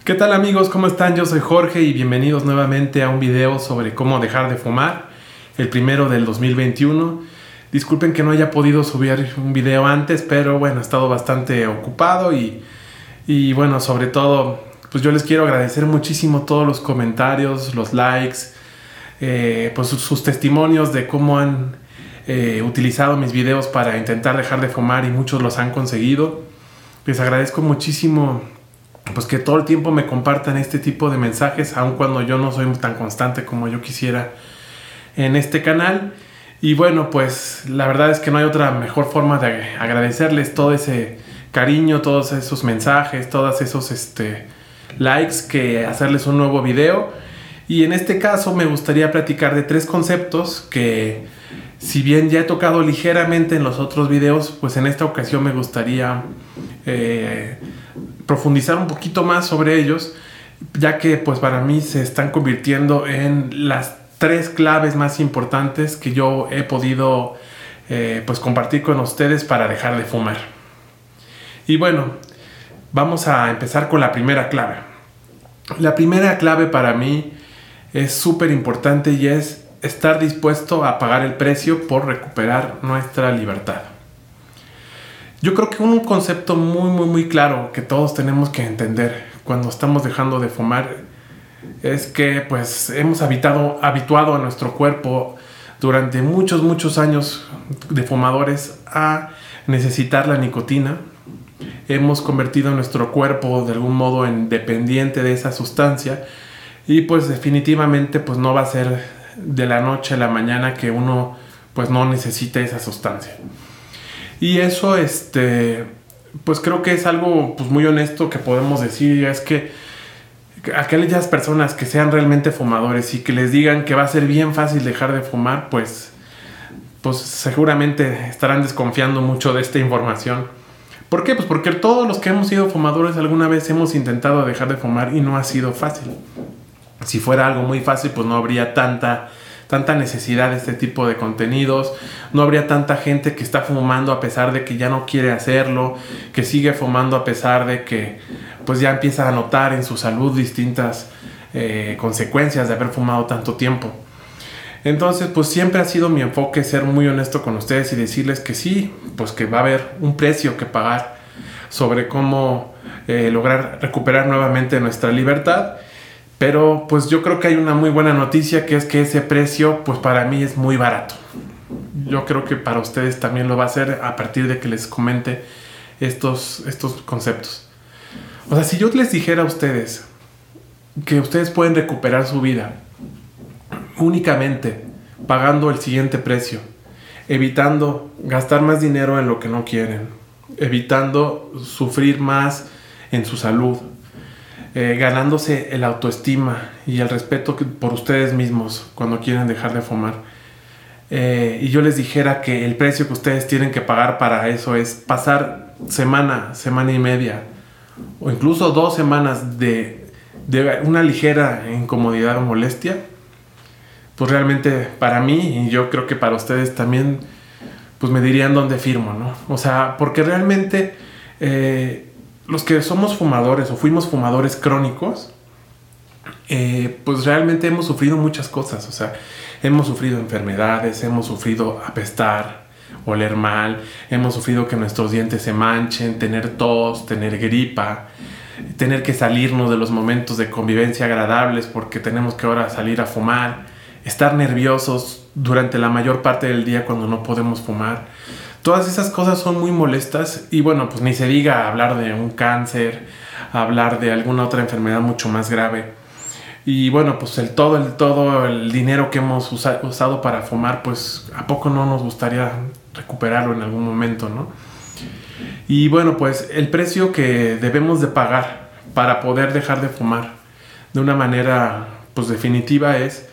¿Qué tal amigos? ¿Cómo están? Yo soy Jorge y bienvenidos nuevamente a un video sobre cómo dejar de fumar, el primero del 2021. Disculpen que no haya podido subir un video antes, pero bueno, he estado bastante ocupado y bueno, sobre todo, pues yo les quiero agradecer muchísimo todos los comentarios, los likes, pues sus testimonios de cómo han utilizado mis videos para intentar dejar de fumar y muchos los han conseguido. Les agradezco muchísimo pues que todo el tiempo me compartan este tipo de mensajes, aun cuando yo no soy tan constante como yo quisiera en este canal. Y bueno, pues la verdad es que no hay otra mejor forma de agradecerles todo ese cariño, todos esos mensajes, todos esos likes, que hacerles un nuevo video. Y en este caso me gustaría platicar de 3 conceptos que, si bien ya he tocado ligeramente en los otros videos, pues en esta ocasión me gustaría profundizar un poquito más sobre ellos, ya que pues para mí se están convirtiendo en las 3 claves más importantes que yo he podido pues compartir con ustedes para dejar de fumar. Y bueno, vamos a empezar con la primera clave. La primera clave para mí es súper importante y es estar dispuesto a pagar el precio por recuperar nuestra libertad. Yo creo que un concepto muy claro que todos tenemos que entender cuando estamos dejando de fumar es que pues hemos habituado a nuestro cuerpo durante muchos años de fumadores a necesitar la nicotina. Hemos convertido a nuestro cuerpo de algún modo en dependiente de esa sustancia y pues definitivamente pues no va a ser de la noche a la mañana que uno pues no necesite esa sustancia. Y eso, pues creo que es algo pues muy honesto que podemos decir, es que aquellas personas que sean realmente fumadores y que les digan que va a ser bien fácil dejar de fumar, pues seguramente estarán desconfiando mucho de esta información. ¿Por qué? Pues porque todos los que hemos sido fumadores alguna vez hemos intentado dejar de fumar y no ha sido fácil. Si fuera algo muy fácil, pues no habría tanta necesidad de este tipo de contenidos, no habría tanta gente que está fumando a pesar de que ya no quiere hacerlo, que sigue fumando a pesar de que pues ya empieza a notar en su salud distintas consecuencias de haber fumado tanto tiempo. Entonces pues siempre ha sido mi enfoque ser muy honesto con ustedes y decirles que sí, pues que va a haber un precio que pagar sobre cómo lograr recuperar nuevamente nuestra libertad. Pero pues yo creo que hay una muy buena noticia, que es que ese precio pues para mí es muy barato. Yo creo que para ustedes también lo va a ser a partir de que les comente estos conceptos. O sea, si yo les dijera a ustedes que ustedes pueden recuperar su vida únicamente pagando el siguiente precio, evitando gastar más dinero en lo que no quieren, evitando sufrir más en su salud, ganándose el autoestima y el respeto por ustedes mismos cuando quieren dejar de fumar, y yo les dijera que el precio que ustedes tienen que pagar para eso es pasar semana y media o incluso 2 semanas de una ligera incomodidad o molestia, pues realmente para mí, y yo creo que para ustedes también, pues me dirían dónde firmo, ¿no? O sea, porque realmente los que somos fumadores o fuimos fumadores crónicos, pues realmente hemos sufrido muchas cosas. O sea, hemos sufrido enfermedades, hemos sufrido apestar, oler mal, hemos sufrido que nuestros dientes se manchen, tener tos, tener gripa, tener que salirnos de los momentos de convivencia agradables porque tenemos que ahora salir a fumar, estar nerviosos durante la mayor parte del día cuando no podemos fumar. Todas esas cosas son muy molestas y bueno, pues ni se diga hablar de un cáncer, hablar de alguna otra enfermedad mucho más grave. Y bueno, pues todo el dinero que hemos usado para fumar, pues ¿a poco no nos gustaría recuperarlo en algún momento, no? Y bueno, pues el precio que debemos de pagar para poder dejar de fumar de una manera pues definitiva es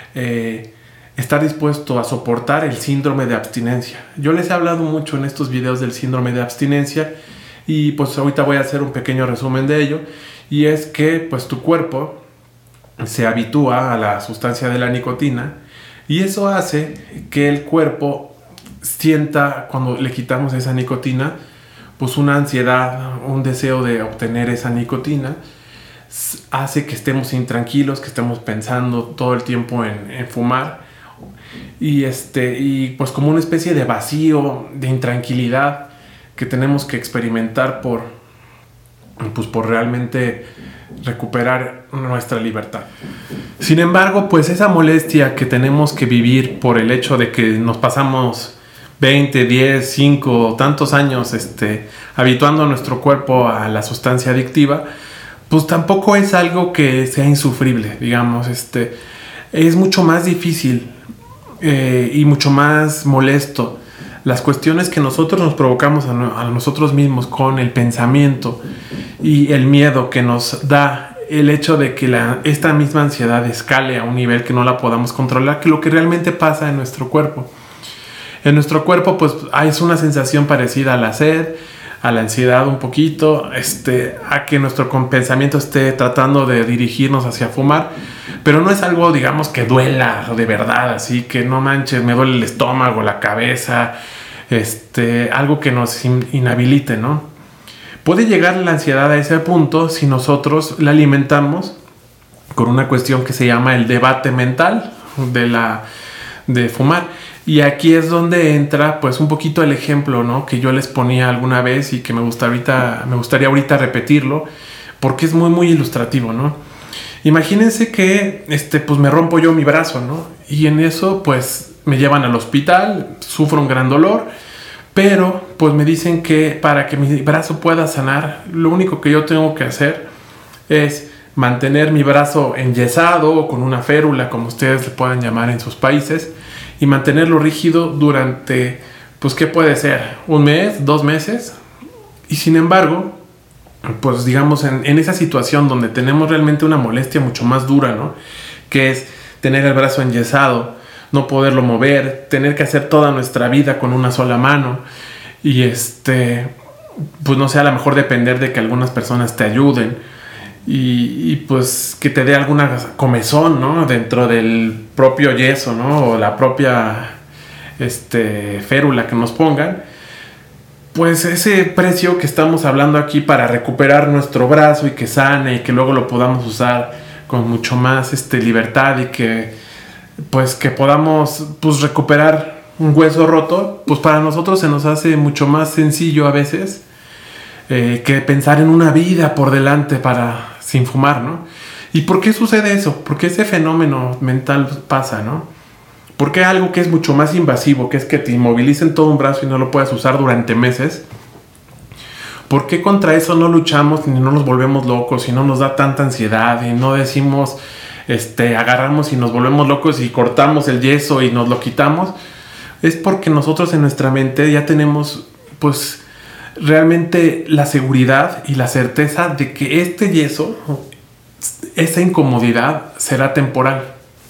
estar dispuesto a soportar el síndrome de abstinencia. Yo les he hablado mucho en estos videos del síndrome de abstinencia y pues ahorita voy a hacer un pequeño resumen de ello, y es que pues tu cuerpo se habitúa a la sustancia de la nicotina y eso hace que el cuerpo sienta, cuando le quitamos esa nicotina, pues una ansiedad, un deseo de obtener esa nicotina. hace que estemos intranquilos, que estemos pensando todo el tiempo en fumar. Y pues como una especie de vacío, de intranquilidad que tenemos que experimentar por realmente recuperar nuestra libertad. Sin embargo, pues esa molestia que tenemos que vivir por el hecho de que nos pasamos 20, 10, 5, tantos años habituando a nuestro cuerpo a la sustancia adictiva, pues tampoco es algo que sea insufrible, digamos. Es mucho más difícil y mucho más molesto las cuestiones que nosotros nos provocamos a nosotros mismos con el pensamiento y el miedo que nos da el hecho de que esta misma ansiedad escale a un nivel que no la podamos controlar, que lo que realmente pasa en nuestro cuerpo. En nuestro cuerpo pues es una sensación parecida a la sed, a la ansiedad un poquito, a que nuestro pensamiento esté tratando de dirigirnos hacia fumar, pero no es algo, digamos, que duela de verdad, así que no manches, me duele el estómago, la cabeza, algo que nos inhabilite, ¿no? Puede llegar la ansiedad a ese punto si nosotros la alimentamos con una cuestión que se llama el debate mental de fumar. Y aquí es donde entra pues un poquito el ejemplo, ¿no?, que yo les ponía alguna vez y que me gustaría ahorita repetirlo porque es muy muy ilustrativo, ¿no? Imagínense que pues me rompo yo mi brazo, ¿no? Y en eso pues me llevan al hospital, sufro un gran dolor, pero pues me dicen que para que mi brazo pueda sanar, lo único que yo tengo que hacer es mantener mi brazo enyesado o con una férula, como ustedes le puedan llamar en sus países, y mantenerlo rígido durante, pues, ¿qué puede ser? ¿Un mes? ¿2 meses? Y sin embargo, pues digamos, en esa situación donde tenemos realmente una molestia mucho más dura, ¿no?, que es tener el brazo enyesado, no poderlo mover, tener que hacer toda nuestra vida con una sola mano y pues no sé, a lo mejor depender de que algunas personas te ayuden y pues que te dé alguna comezón, ¿no?, dentro del propio yeso, ¿no?, o la propia férula que nos pongan. Pues ese precio que estamos hablando aquí para recuperar nuestro brazo y que sane y que luego lo podamos usar con mucho más libertad y que podamos pues recuperar un hueso roto, pues para nosotros se nos hace mucho más sencillo a veces que pensar en una vida por delante sin fumar, ¿no? ¿Y por qué sucede eso? ¿Por qué ese fenómeno mental pasa, no? ¿Por qué algo que es mucho más invasivo, que es que te inmovilicen todo un brazo y no lo puedas usar durante meses? ¿Por qué contra eso no luchamos ni no nos volvemos locos y no nos da tanta ansiedad y no decimos, agarramos y nos volvemos locos y cortamos el yeso y nos lo quitamos? Es porque nosotros en nuestra mente ya tenemos, pues, realmente la seguridad y la certeza de que este yeso, esa incomodidad, será temporal.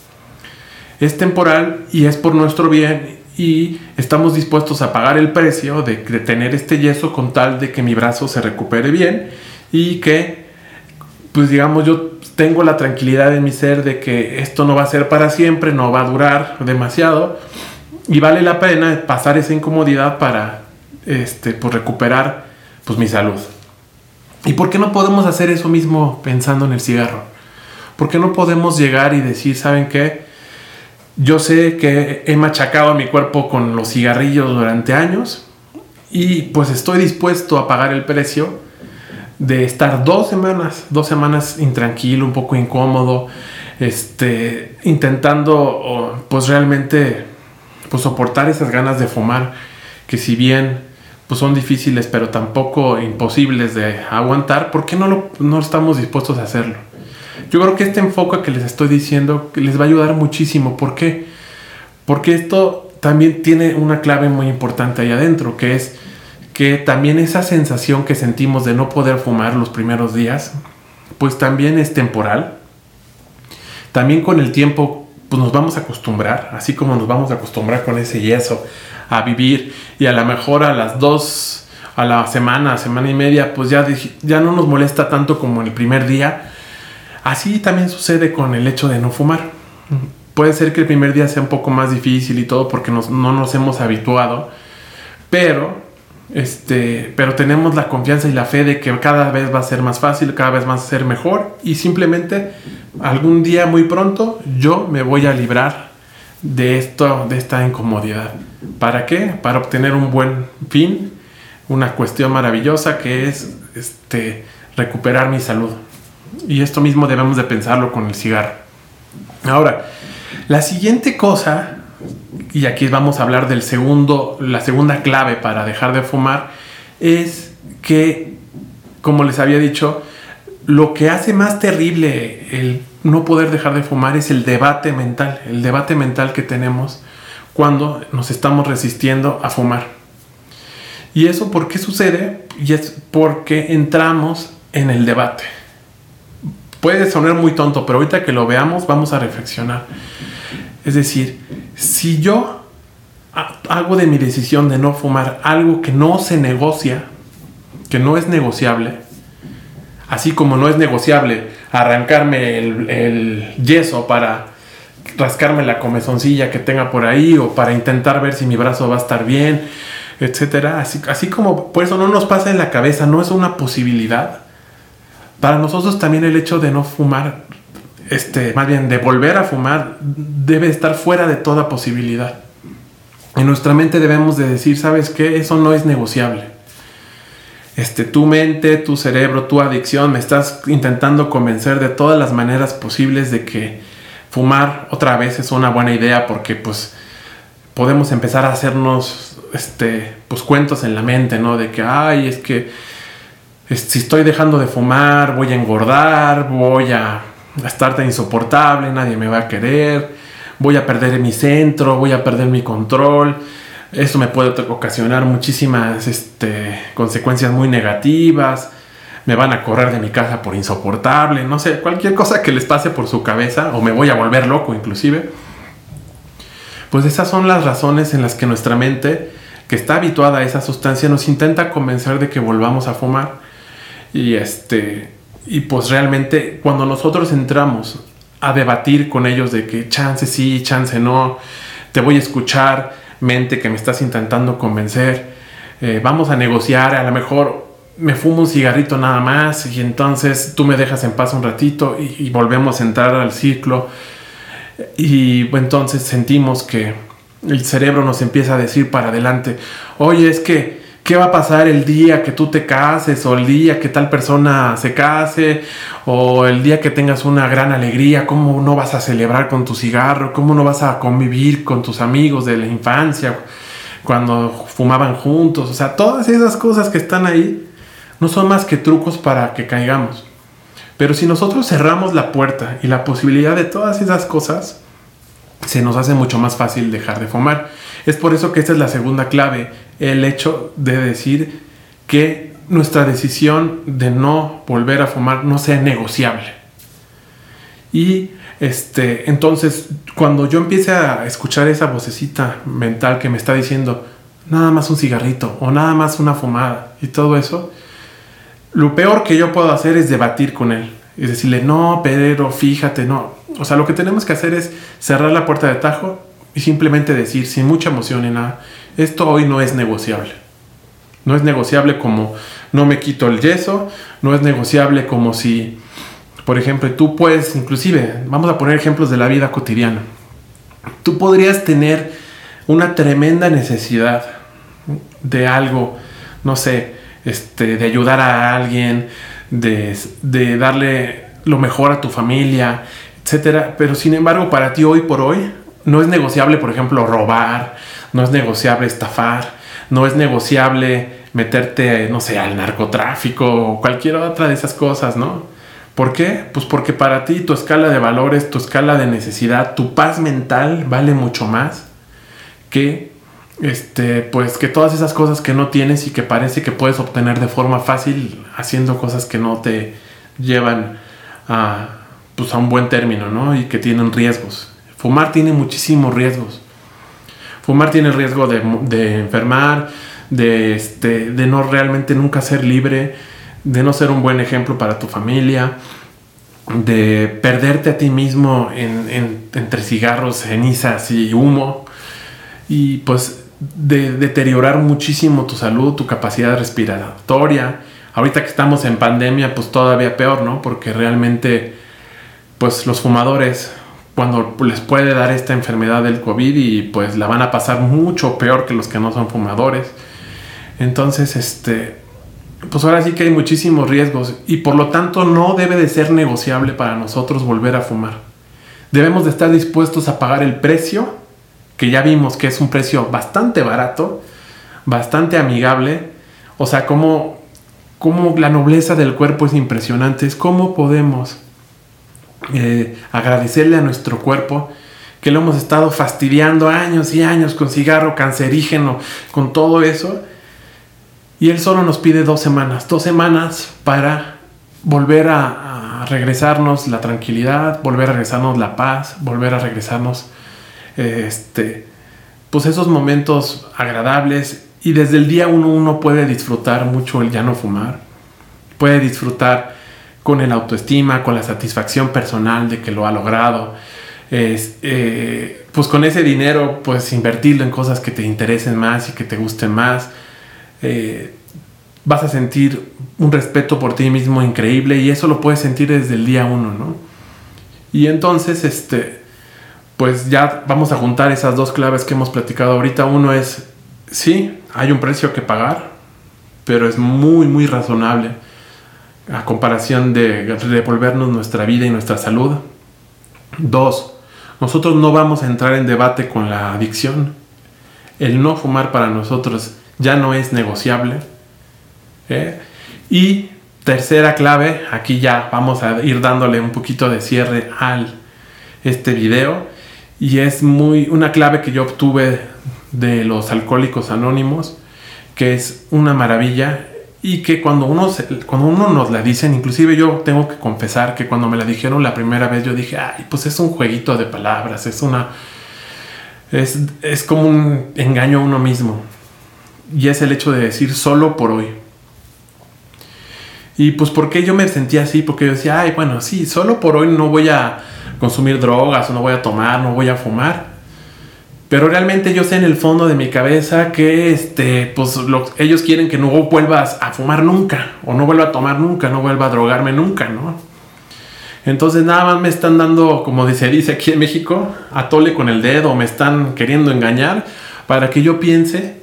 Es temporal y es por nuestro bien y estamos dispuestos a pagar el precio de tener este yeso con tal de que mi brazo se recupere bien y que, pues digamos, yo tengo la tranquilidad en mi ser de que esto no va a ser para siempre, no va a durar demasiado y vale la pena pasar esa incomodidad para pues recuperar pues mi salud. ¿Y por qué no podemos hacer eso mismo pensando en el cigarro? ¿Por qué no podemos llegar y decir, ¿saben qué? Yo sé que he machacado a mi cuerpo con los cigarrillos durante años y pues estoy dispuesto a pagar el precio de estar 2 semanas intranquilo, un poco incómodo, intentando pues realmente pues soportar esas ganas de fumar que, si bien pues son difíciles pero tampoco imposibles de aguantar. ¿Por qué no estamos dispuestos a hacerlo? Yo creo que este enfoque que les estoy diciendo les va a ayudar muchísimo. ¿Por qué? Porque esto también tiene una clave muy importante ahí adentro, que es que también esa sensación que sentimos de no poder fumar los primeros días, pues también es temporal. También con el tiempo pues nos vamos a acostumbrar, así como nos vamos a acostumbrar con ese yeso a vivir, y a lo mejor a la semana y media, pues ya no nos molesta tanto como en el primer día. Así también sucede con el hecho de no fumar. Puede ser que el primer día sea un poco más difícil y todo porque no nos hemos habituado, pero pero tenemos la confianza y la fe de que cada vez va a ser más fácil, cada vez va a ser mejor, y simplemente algún día muy pronto yo me voy a librar de esta incomodidad. ¿Para qué? Para obtener un buen fin, una cuestión maravillosa que es recuperar mi salud. Y esto mismo debemos de pensarlo con el cigarro. Ahora, la siguiente cosa, y aquí vamos a hablar la segunda clave para dejar de fumar, es que, como les había dicho, lo que hace más terrible el no poder dejar de fumar es el debate mental que tenemos cuando nos estamos resistiendo a fumar. ¿Y eso por qué sucede? Y es porque entramos en el debate. Puede sonar muy tonto, pero ahorita que lo veamos vamos a reflexionar. Es decir, si yo hago de mi decisión de no fumar algo que no se negocia, que no es negociable, así como no es negociable arrancarme el yeso para rascarme la comezoncilla que tenga por ahí, o para intentar ver si mi brazo va a estar bien, etcétera. Así como por eso no nos pasa en la cabeza, no es una posibilidad. Para nosotros también el hecho de no fumar, más bien de volver a fumar, debe estar fuera de toda posibilidad. En nuestra mente debemos de decir, ¿sabes qué? Eso no es negociable. Tu mente, tu cerebro, tu adicción, me estás intentando convencer de todas las maneras posibles de que fumar otra vez es una buena idea, porque pues podemos empezar a hacernos pues cuentos en la mente, ¿no? De que, ay, es que si estoy dejando de fumar, voy a engordar, voy a estar tan insoportable, nadie me va a querer, voy a perder mi centro, voy a perder mi control. Esto me puede ocasionar muchísimas consecuencias muy negativas. Me van a correr de mi casa por insoportable. No sé, cualquier cosa que les pase por su cabeza, o me voy a volver loco inclusive. Pues esas son las razones en las que nuestra mente, que está habituada a esa sustancia, nos intenta convencer de que volvamos a fumar. Y pues realmente cuando nosotros entramos a debatir con ellos de que chance sí, chance no, te voy a escuchar, mente que me estás intentando convencer, vamos a negociar, a lo mejor me fumo un cigarrito nada más y entonces tú me dejas en paz un ratito y volvemos a entrar al ciclo, y entonces sentimos que el cerebro nos empieza a decir para adelante, oye, es que ¿qué va a pasar el día que tú te cases? O el día que tal persona se case, o el día que tengas una gran alegría, ¿cómo no vas a celebrar con tu cigarro? ¿Cómo no vas a convivir con tus amigos de la infancia cuando fumaban juntos? O sea, todas esas cosas que están ahí no son más que trucos para que caigamos. Pero si nosotros cerramos la puerta y la posibilidad de todas esas cosas, se nos hace mucho más fácil dejar de fumar. Es por eso que esta es la segunda clave, el hecho de decir que nuestra decisión de no volver a fumar no sea negociable. Y entonces, cuando yo empiece a escuchar esa vocecita mental que me está diciendo nada más un cigarrito o nada más una fumada y todo eso, lo peor que yo puedo hacer es debatir con él. Es decirle, no, pero fíjate, no. O sea, lo que tenemos que hacer es cerrar la puerta de tajo y simplemente decir, sin mucha emoción ni nada, esto hoy no es negociable. No es negociable como no me quito el yeso, no es negociable como si, por ejemplo, tú puedes, inclusive, vamos a poner ejemplos de la vida cotidiana. Tú podrías tener una tremenda necesidad de algo, no sé, de ayudar a alguien, de darle lo mejor a tu familia, etcétera, pero sin embargo para ti hoy por hoy no es negociable, por ejemplo, robar, no es negociable estafar, no es negociable meterte, no sé, al narcotráfico o cualquier otra de esas cosas, ¿no? ¿Por qué? Pues porque para ti tu escala de valores, tu escala de necesidad, tu paz mental vale mucho más que pues que todas esas cosas que no tienes y que parece que puedes obtener de forma fácil haciendo cosas que no te llevan a un buen término, ¿no? Y que tienen riesgos. Fumar tiene muchísimos riesgos. Fumar tiene el riesgo de enfermar, de no realmente nunca ser libre, de no ser un buen ejemplo para tu familia, de perderte a ti mismo entre cigarros, cenizas y humo. Y pues de deteriorar muchísimo tu salud, tu capacidad respiratoria. Ahorita que estamos en pandemia, pues todavía peor, ¿no? Porque realmente, pues los fumadores, cuando les puede dar esta enfermedad del COVID, y pues la van a pasar mucho peor que los que no son fumadores. Entonces, pues ahora sí que hay muchísimos riesgos, y por lo tanto no debe de ser negociable para nosotros volver a fumar. Debemos de estar dispuestos a pagar el precio, que ya vimos que es un precio bastante barato, bastante amigable. O sea, como la nobleza del cuerpo es impresionante. Es cómo podemos agradecerle a nuestro cuerpo, que lo hemos estado fastidiando años y años con cigarro cancerígeno, con todo eso, y él solo nos pide 2 semanas para volver a regresarnos la tranquilidad, volver a regresarnos la paz, volver a regresarnos pues esos momentos agradables. Y desde el día uno puede disfrutar mucho el ya no fumar, puede disfrutar con el autoestima, con la satisfacción personal de que lo ha logrado. Pues con ese dinero, pues invertirlo en cosas que te interesen más y que te gusten más. Vas a sentir un respeto por ti mismo increíble, y eso lo puedes sentir desde el día 1, ¿no? Y entonces, pues ya vamos a juntar esas 2 claves que hemos platicado ahorita. Uno es, sí, hay un precio que pagar, pero es muy, muy razonable a comparación de devolvernos nuestra vida y nuestra salud. 2, nosotros no vamos a entrar en debate con la adicción. El no fumar para nosotros ya no es negociable. Y tercera clave, aquí ya vamos a ir dándole un poquito de cierre a este video, y es una clave que yo obtuve de los Alcohólicos Anónimos, que es una maravilla, y que cuando uno nos la dicen, inclusive yo tengo que confesar que cuando me la dijeron la primera vez, yo dije, ay, pues es un jueguito de palabras, es como un engaño a uno mismo, y es el hecho de decir solo por hoy. Y pues ¿por qué yo me sentía así? Porque yo decía, ay, bueno, sí, solo por hoy no voy a consumir drogas, o no voy a tomar, no voy a fumar. Pero realmente yo sé en el fondo de mi cabeza que pues ellos quieren que no vuelvas a fumar nunca, o no vuelva a tomar nunca, no vuelva a drogarme nunca, ¿no? Entonces nada más me están dando, como se dice aquí en México, a tole con el dedo, me están queriendo engañar para que yo piense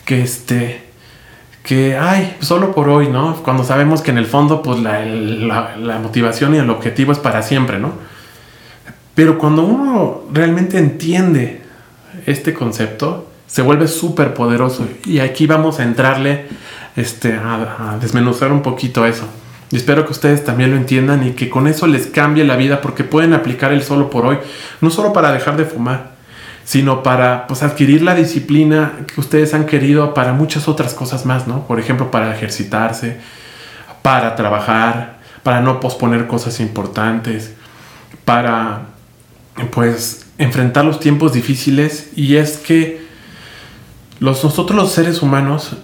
que ay, solo por hoy, ¿no? Cuando sabemos que en el fondo pues la motivación y el objetivo es para siempre, ¿no? Pero cuando uno realmente entiende este concepto, se vuelve súper poderoso, y aquí vamos a entrarle a desmenuzar un poquito eso, y espero que ustedes también lo entiendan y que con eso les cambie la vida, porque pueden aplicar el solo por hoy, no solo para dejar de fumar, sino para pues adquirir la disciplina que ustedes han querido para muchas otras cosas más, ¿no? Por ejemplo, para ejercitarse, para trabajar, para no posponer cosas importantes, para pues enfrentar los tiempos difíciles. Y es que nosotros los seres humanos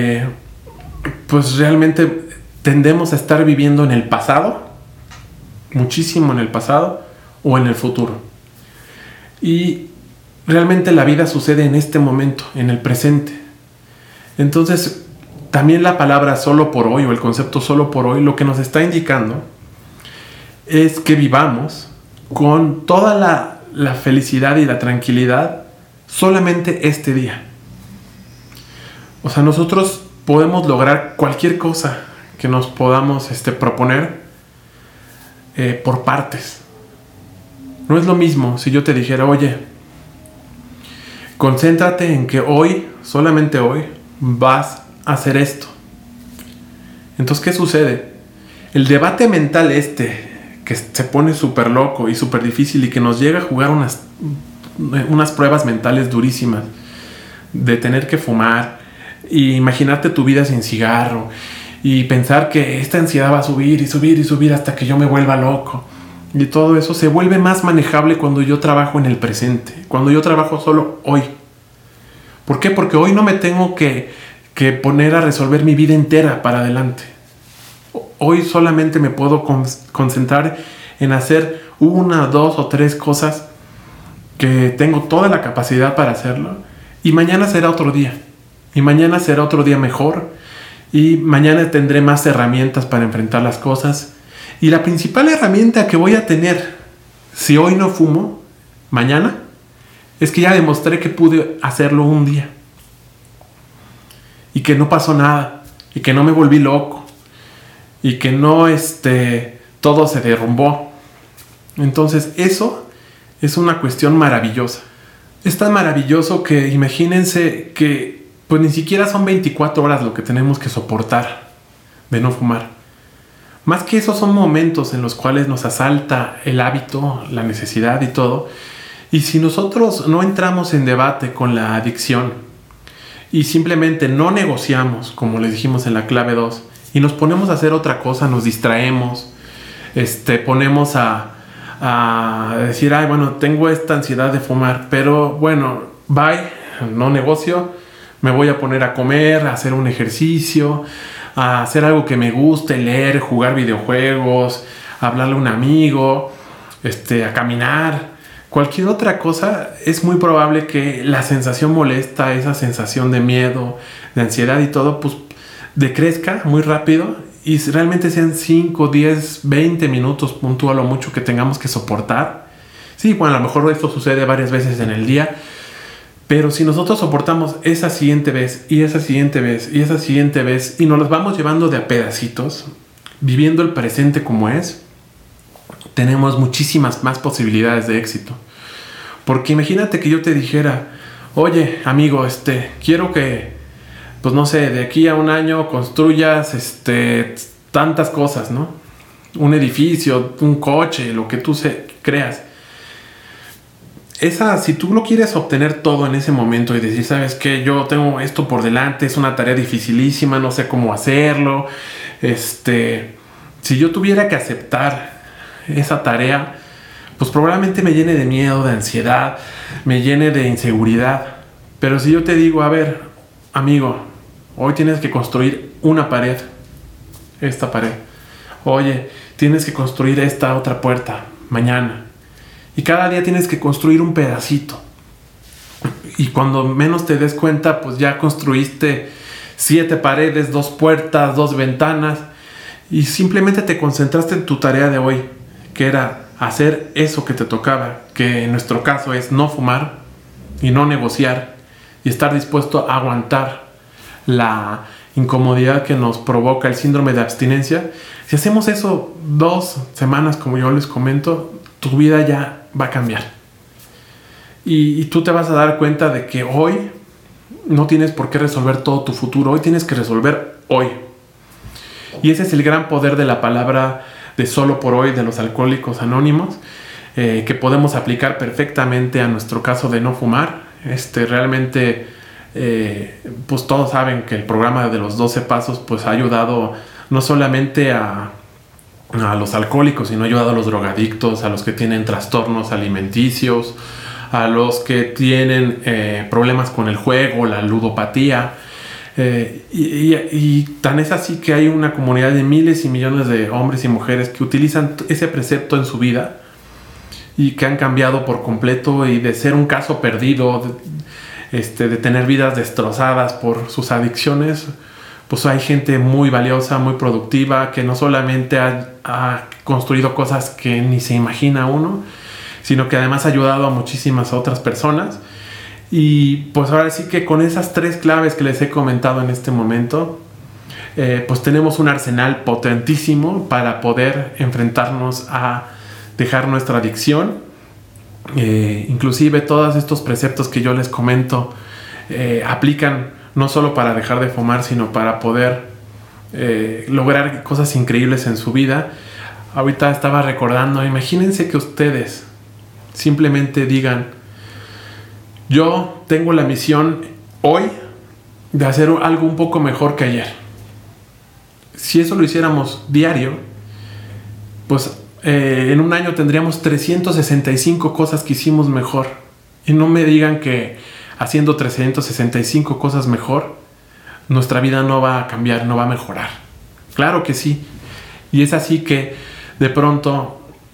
pues realmente tendemos a estar viviendo en el pasado, muchísimo en el pasado, o en el futuro. Y realmente la vida sucede en este momento, en el presente. Entonces, también la palabra solo por hoy, o el concepto solo por hoy, lo que nos está indicando es que vivamos con toda la felicidad y la tranquilidad solamente este día. O sea, nosotros podemos lograr cualquier cosa que nos podamos proponer por partes. No es lo mismo si yo te dijera, oye, concéntrate en que hoy, solamente hoy, vas a hacer esto. Entonces, ¿qué sucede? El debate mental que se pone súper loco y súper difícil, y que nos llega a jugar unas pruebas mentales durísimas, de tener que fumar y imaginarte tu vida sin cigarro, y pensar que esta ansiedad va a subir y subir y subir hasta que yo me vuelva loco. Y todo eso se vuelve más manejable cuando yo trabajo en el presente, cuando yo trabajo solo hoy. ¿Por qué? Porque hoy no me tengo que poner a resolver mi vida entera para adelante. Hoy solamente me puedo concentrar en hacer 1, 2 o 3 cosas que tengo toda la capacidad para hacerlo, Y mañana será otro día. Y mañana será otro día mejor. Y mañana tendré más herramientas para enfrentar las cosas. Y la principal herramienta que voy a tener si hoy no fumo, mañana, es que ya demostré que pude hacerlo un día. Y que no pasó nada. Y que no me volví loco. Y que no todo se derrumbó. Entonces eso es una cuestión maravillosa. Es tan maravilloso que imagínense que pues ni siquiera son 24 horas lo que tenemos que soportar de no fumar. Más que eso son momentos en los cuales nos asalta el hábito, la necesidad y todo. Y si nosotros no entramos en debate con la adicción y simplemente no negociamos, como les dijimos en la clave 2, y nos ponemos a hacer otra cosa, nos distraemos, ponemos a decir, ay, bueno, tengo esta ansiedad de fumar, pero bueno, bye, no negocio, me voy a poner a comer, a hacer un ejercicio, a hacer algo que me guste, leer, jugar videojuegos, hablarle a un amigo, a caminar, cualquier otra cosa. Es muy probable que la sensación molesta, esa sensación de miedo, de ansiedad y todo, pues decrezca muy rápido y realmente sean 5, 10, 20 minutos puntual o mucho que tengamos que soportar. Sí, bueno, a lo mejor esto sucede varias veces en el día, pero si nosotros soportamos esa siguiente vez y esa siguiente vez y esa siguiente vez y nos los vamos llevando de a pedacitos, viviendo el presente como es, tenemos muchísimas más posibilidades de éxito. Porque imagínate que yo te dijera, oye, amigo, quiero que, pues no sé, de aquí a un año construyas tantas cosas, ¿no? Un edificio, un coche, lo que tú creas. Si tú lo quieres obtener todo en ese momento y decir, ¿sabes qué? Yo tengo esto por delante, es una tarea dificilísima, no sé cómo hacerlo. Si yo tuviera que aceptar esa tarea, pues probablemente me llene de miedo, de ansiedad, me llene de inseguridad. Pero si yo te digo, a ver, amigo, hoy tienes que construir una pared, esta pared. Oye, tienes que construir esta otra puerta mañana. Y cada día tienes que construir un pedacito. Y cuando menos te des cuenta, pues ya construiste 7 paredes, 2 puertas, 2 ventanas. Y simplemente te concentraste en tu tarea de hoy, que era hacer eso que te tocaba, que en nuestro caso es no fumar y no negociar y estar dispuesto a aguantar la incomodidad que nos provoca el síndrome de abstinencia. Si hacemos eso 2 semanas, como yo les comento, tu vida ya va a cambiar. Y tú te vas a dar cuenta de que hoy no tienes por qué resolver todo tu futuro. Hoy tienes que resolver hoy. Y ese es el gran poder de la palabra de solo por hoy de los Alcohólicos Anónimos, que podemos aplicar perfectamente a nuestro caso de no fumar. Realmente, pues todos saben que el programa de los 12 pasos pues ha ayudado no solamente a los alcohólicos, sino ha ayudado a los drogadictos, a los que tienen trastornos alimenticios, a los que tienen problemas con el juego, la ludopatía. Y tan es así que hay una comunidad de miles y millones de hombres y mujeres que utilizan ese precepto en su vida y que han cambiado por completo, y de ser un caso perdido, de tener vidas destrozadas por sus adicciones, pues hay gente muy valiosa, muy productiva, que no solamente ha construido cosas que ni se imagina uno, sino que además ha ayudado a muchísimas otras personas. Y pues ahora sí que con esas 3 claves que les he comentado en este momento, pues tenemos un arsenal potentísimo para poder enfrentarnos a dejar nuestra adicción. Inclusive todos estos preceptos que yo les comento aplican no solo para dejar de fumar, sino para poder lograr cosas increíbles en su vida. Ahorita estaba recordando, imagínense que ustedes simplemente digan, yo tengo la misión hoy de hacer algo un poco mejor que ayer. Si eso lo hiciéramos diario, pues en un año tendríamos 365 cosas que hicimos mejor. Y no me digan que haciendo 365 cosas mejor, nuestra vida no va a cambiar, no va a mejorar. Claro que sí. Y es así que de pronto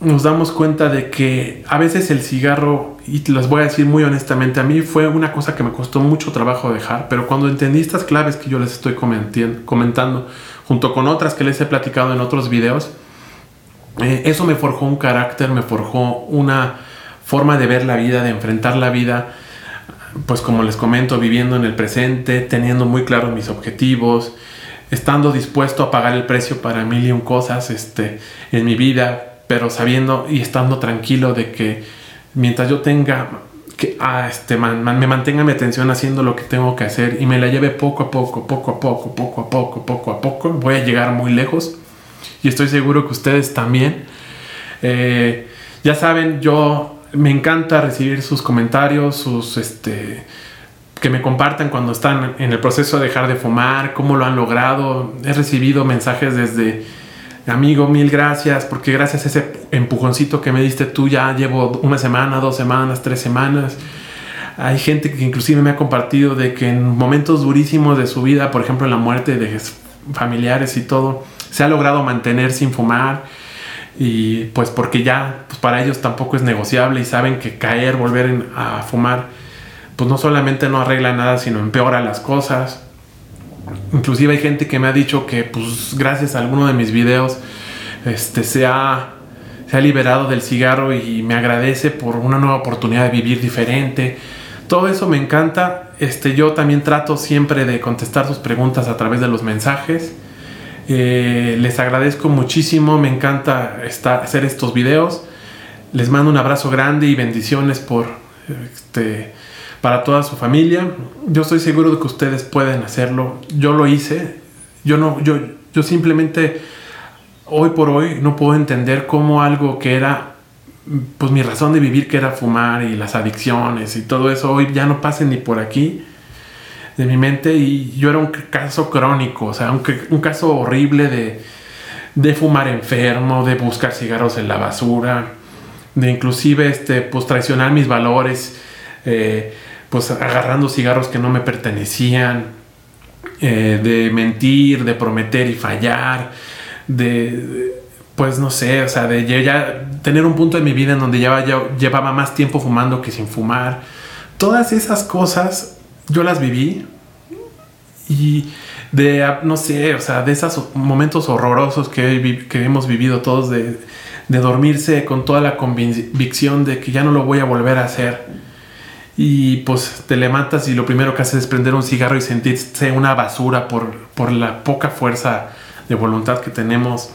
nos damos cuenta de que a veces el cigarro, y te las voy a decir muy honestamente, a mí fue una cosa que me costó mucho trabajo dejar, pero cuando entendí estas claves que yo les estoy comentando, junto con otras que les he platicado en otros videos, eso me forjó un carácter, me forjó una forma de ver la vida, de enfrentar la vida, pues como les comento, viviendo en el presente, teniendo muy claros mis objetivos, estando dispuesto a pagar el precio para mil y un cosas en mi vida, pero sabiendo y estando tranquilo de que mientras yo tenga que me mantenga mi atención haciendo lo que tengo que hacer y me la lleve poco a poco, voy a llegar muy lejos, y estoy seguro que ustedes también. Ya saben, yo me encanta recibir sus comentarios, que me compartan cuando están en el proceso de dejar de fumar, cómo lo han logrado. He recibido mensajes desde: amigo, mil gracias, porque gracias a ese empujoncito que me diste tú ya llevo 1 semana, 2 semanas, 3 semanas. Hay gente que inclusive me ha compartido de que en momentos durísimos de su vida, por ejemplo en la muerte de familiares y todo, se ha logrado mantener sin fumar, y pues porque ya pues para ellos tampoco es negociable, y saben que volver a fumar pues no solamente no arregla nada, sino empeora las cosas. Inclusive hay gente que me ha dicho que pues gracias a alguno de mis videos se ha liberado del cigarro y me agradece por una nueva oportunidad de vivir diferente. Todo eso me encanta. Yo también trato siempre de contestar sus preguntas a través de los mensajes. Les agradezco muchísimo, me encanta hacer estos videos. Les mando un abrazo grande y bendiciones para toda su familia. Yo estoy seguro de que ustedes pueden hacerlo. Yo lo hice. Yo simplemente hoy por hoy no puedo entender cómo algo que era pues mi razón de vivir, que era fumar y las adicciones y todo eso, hoy ya no pase ni por aquí de mi mente. Y yo era un caso crónico, o sea, un caso horrible de fumar enfermo, de buscar cigarros en la basura, de inclusive pues traicionar mis valores, pues agarrando cigarros que no me pertenecían, de mentir, de prometer y fallar, pues no sé, o sea, de ya tener un punto en mi vida en donde ya llevaba más tiempo fumando que sin fumar. Todas esas cosas yo las viví, y no sé, o sea, de esos momentos horrorosos que hemos vivido todos, de dormirse con toda la convicción de que ya no lo voy a volver a hacer, y pues te levantas y lo primero que haces es prender un cigarro y sentirse una basura por la poca fuerza de voluntad que tenemos,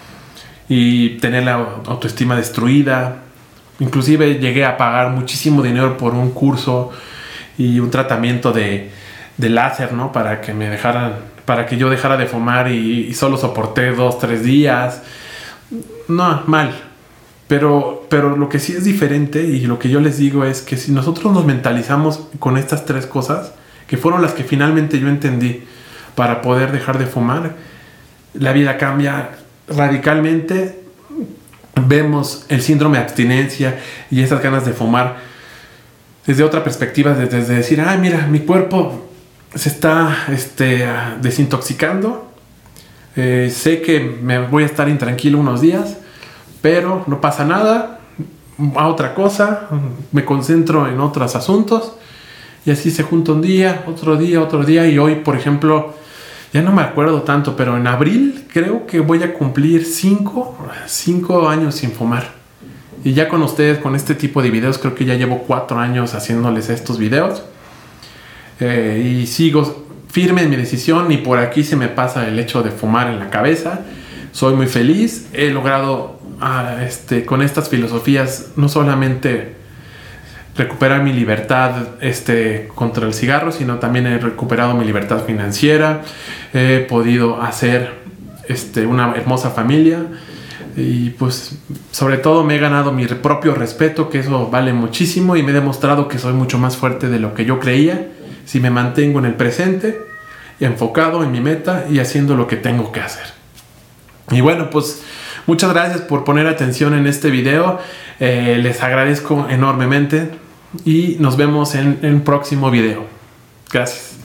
y tener la autoestima destruida. Inclusive llegué a pagar muchísimo dinero por un curso y un tratamiento de láser, ¿no? Para que yo dejara de fumar, y solo soporté 2-3 días. No, mal. Pero lo que sí es diferente, y lo que yo les digo es que si nosotros nos mentalizamos con estas 3 cosas, que fueron las que finalmente yo entendí para poder dejar de fumar, la vida cambia radicalmente. Vemos el síndrome de abstinencia y esas ganas de fumar desde otra perspectiva, desde decir: ay, mira, mi cuerpo se está desintoxicando, sé que me voy a estar intranquilo unos días, pero no pasa nada, a otra cosa, me concentro en otros asuntos, y así se junta un día, otro día, y hoy, por ejemplo, ya no me acuerdo tanto, pero en abril creo que voy a cumplir 5 años sin fumar. Y ya con ustedes, con este tipo de videos, creo que ya llevo 4 años haciéndoles estos videos. Y sigo firme en mi decisión, y por aquí se me pasa el hecho de fumar en la cabeza. Soy muy feliz. He logrado con estas filosofías no solamente recuperar mi libertad contra el cigarro, sino también he recuperado mi libertad financiera. He podido hacer una hermosa familia, y pues sobre todo me he ganado mi propio respeto, que eso vale muchísimo, y me he demostrado que soy mucho más fuerte de lo que yo creía si me mantengo en el presente, enfocado en mi meta y haciendo lo que tengo que hacer. Y bueno, pues muchas gracias por poner atención en este video. Les agradezco enormemente, y nos vemos en el próximo video. Gracias.